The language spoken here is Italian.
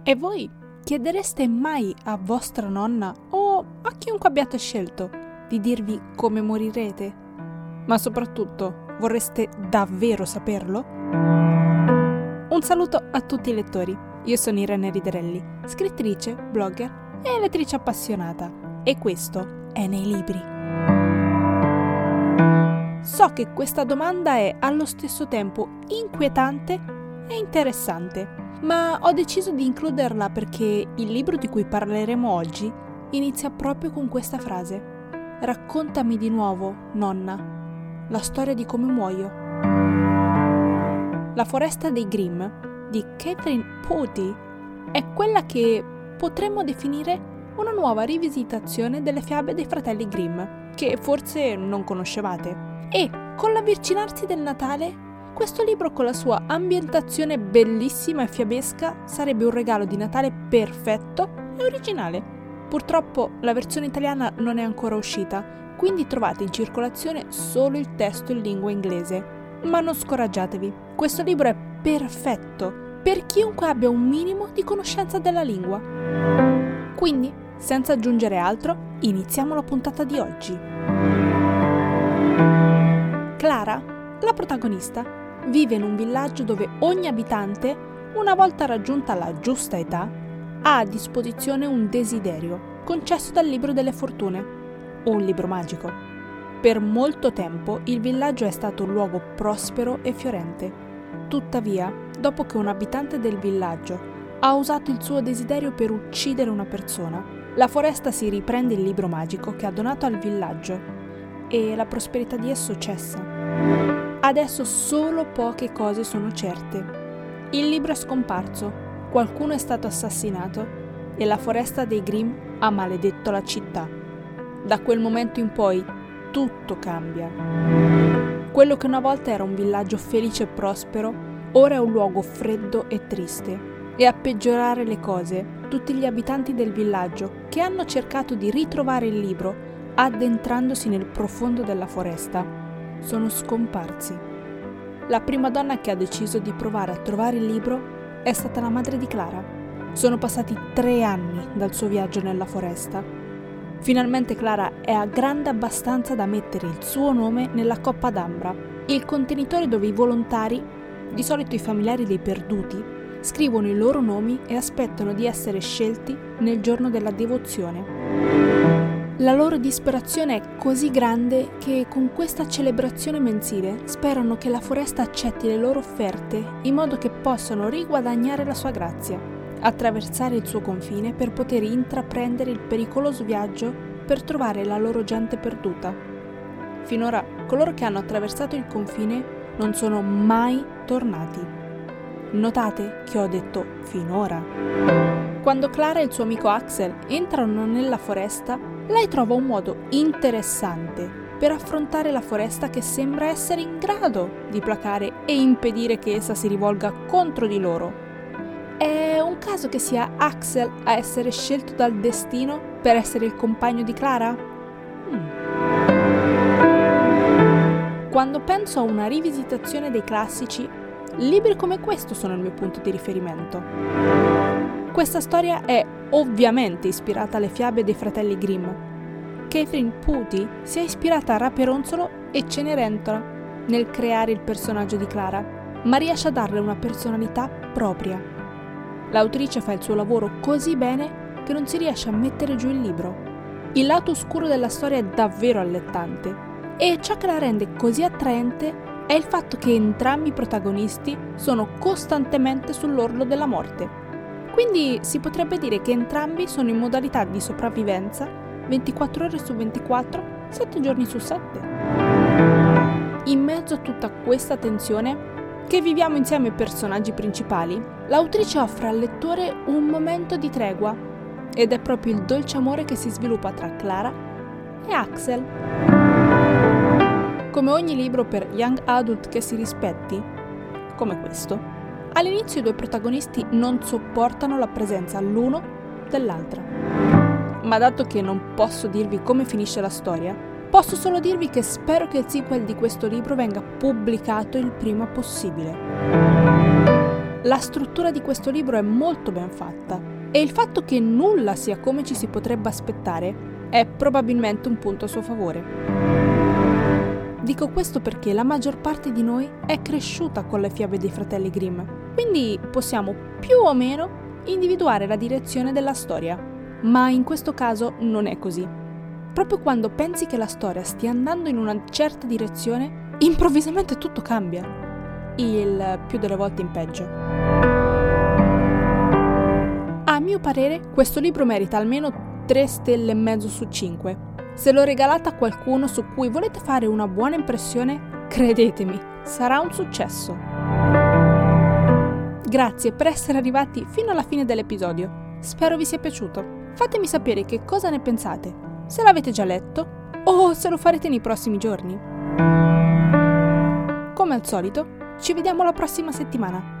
E voi chiedereste mai a vostra nonna o a chiunque abbiate scelto di dirvi come morirete? Ma soprattutto, vorreste davvero saperlo? Un saluto a tutti i lettori. Io sono Irene Riderelli, scrittrice, blogger e lettrice appassionata. E questo è Nei Libri. So che questa domanda è allo stesso tempo inquietante e interessante, ma ho deciso di includerla perché il libro di cui parleremo oggi inizia proprio con questa frase. Raccontami di nuovo, nonna, la storia di come muoio. La foresta dei Grimm di Catherine Putty è quella che potremmo definire una nuova rivisitazione delle fiabe dei fratelli Grimm, che forse non conoscevate. E con l'avvicinarsi del Natale, questo libro con la sua ambientazione bellissima e fiabesca sarebbe un regalo di Natale perfetto e originale. Purtroppo la versione italiana non è ancora uscita, quindi trovate in circolazione solo il testo in lingua inglese. Ma non scoraggiatevi, questo libro è perfetto per chiunque abbia un minimo di conoscenza della lingua. Quindi, senza aggiungere altro, iniziamo la puntata di oggi. Clara, la protagonista, vive in un villaggio dove ogni abitante, una volta raggiunta la giusta età, ha a disposizione un desiderio concesso dal libro delle fortune, un libro magico. Per molto tempo il villaggio è stato un luogo prospero e fiorente. Tuttavia, dopo che un abitante del villaggio ha usato il suo desiderio per uccidere una persona, la foresta si riprende il libro magico che ha donato al villaggio e la prosperità di esso cessa. Adesso solo poche cose sono certe. Il libro è scomparso, qualcuno è stato assassinato e la foresta dei Grimm ha maledetto la città. Da quel momento in poi tutto cambia. Quello che una volta era un villaggio felice e prospero, ora è un luogo freddo e triste. E a peggiorare le cose, tutti gli abitanti del villaggio che hanno cercato di ritrovare il libro, addentrandosi nel profondo della foresta, sono scomparsi. La prima donna che ha deciso di provare a trovare il libro è stata la madre di Clara. Sono passati 3 anni dal suo viaggio nella foresta. Finalmente Clara è grande abbastanza da mettere il suo nome nella coppa d'ambra, il contenitore dove i volontari, di solito i familiari dei perduti, scrivono i loro nomi e aspettano di essere scelti nel giorno della devozione. La loro disperazione è così grande che con questa celebrazione mensile sperano che la foresta accetti le loro offerte in modo che possano riguadagnare la sua grazia, attraversare il suo confine per poter intraprendere il pericoloso viaggio per trovare la loro gente perduta. Finora coloro che hanno attraversato il confine non sono mai tornati. Notate che ho detto finora. Quando Clara e il suo amico Axel entrano nella foresta, lei trova un modo interessante per affrontare la foresta che sembra essere in grado di placare e impedire che essa si rivolga contro di loro. È un caso che sia Axel a essere scelto dal destino per essere il compagno di Clara? Quando penso a una rivisitazione dei classici, libri come questo sono il mio punto di riferimento. Questa storia è ovviamente ispirata alle fiabe dei fratelli Grimm. Catherine Putty si è ispirata a Raperonzolo e Cenerentola nel creare il personaggio di Clara, ma riesce a darle una personalità propria. L'autrice fa il suo lavoro così bene che non si riesce a mettere giù il libro. Il lato oscuro della storia è davvero allettante e ciò che la rende così attraente è il fatto che entrambi i protagonisti sono costantemente sull'orlo della morte. Quindi si potrebbe dire che entrambi sono in modalità di sopravvivenza 24 ore su 24, 7 giorni su 7. In mezzo a tutta questa tensione che viviamo insieme ai personaggi principali, l'autrice offre al lettore un momento di tregua ed è proprio il dolce amore che si sviluppa tra Clara e Axel. Come ogni libro per young adult che si rispetti, come questo, all'inizio i due protagonisti non sopportano la presenza l'uno dell'altra. Ma dato che non posso dirvi come finisce la storia, posso solo dirvi che spero che il sequel di questo libro venga pubblicato il prima possibile. La struttura di questo libro è molto ben fatta e il fatto che nulla sia come ci si potrebbe aspettare è probabilmente un punto a suo favore. Dico questo perché la maggior parte di noi è cresciuta con le fiabe dei fratelli Grimm, quindi possiamo più o meno individuare la direzione della storia. Ma in questo caso non è così. Proprio quando pensi che la storia stia andando in una certa direzione, improvvisamente tutto cambia. Il più delle volte in peggio. A mio parere, questo libro merita almeno 3 stelle e mezzo su 5. Se lo regalate a qualcuno su cui volete fare una buona impressione, credetemi, sarà un successo. Grazie per essere arrivati fino alla fine dell'episodio. Spero vi sia piaciuto. Fatemi sapere che cosa ne pensate, se l'avete già letto o se lo farete nei prossimi giorni. Come al solito, ci vediamo la prossima settimana.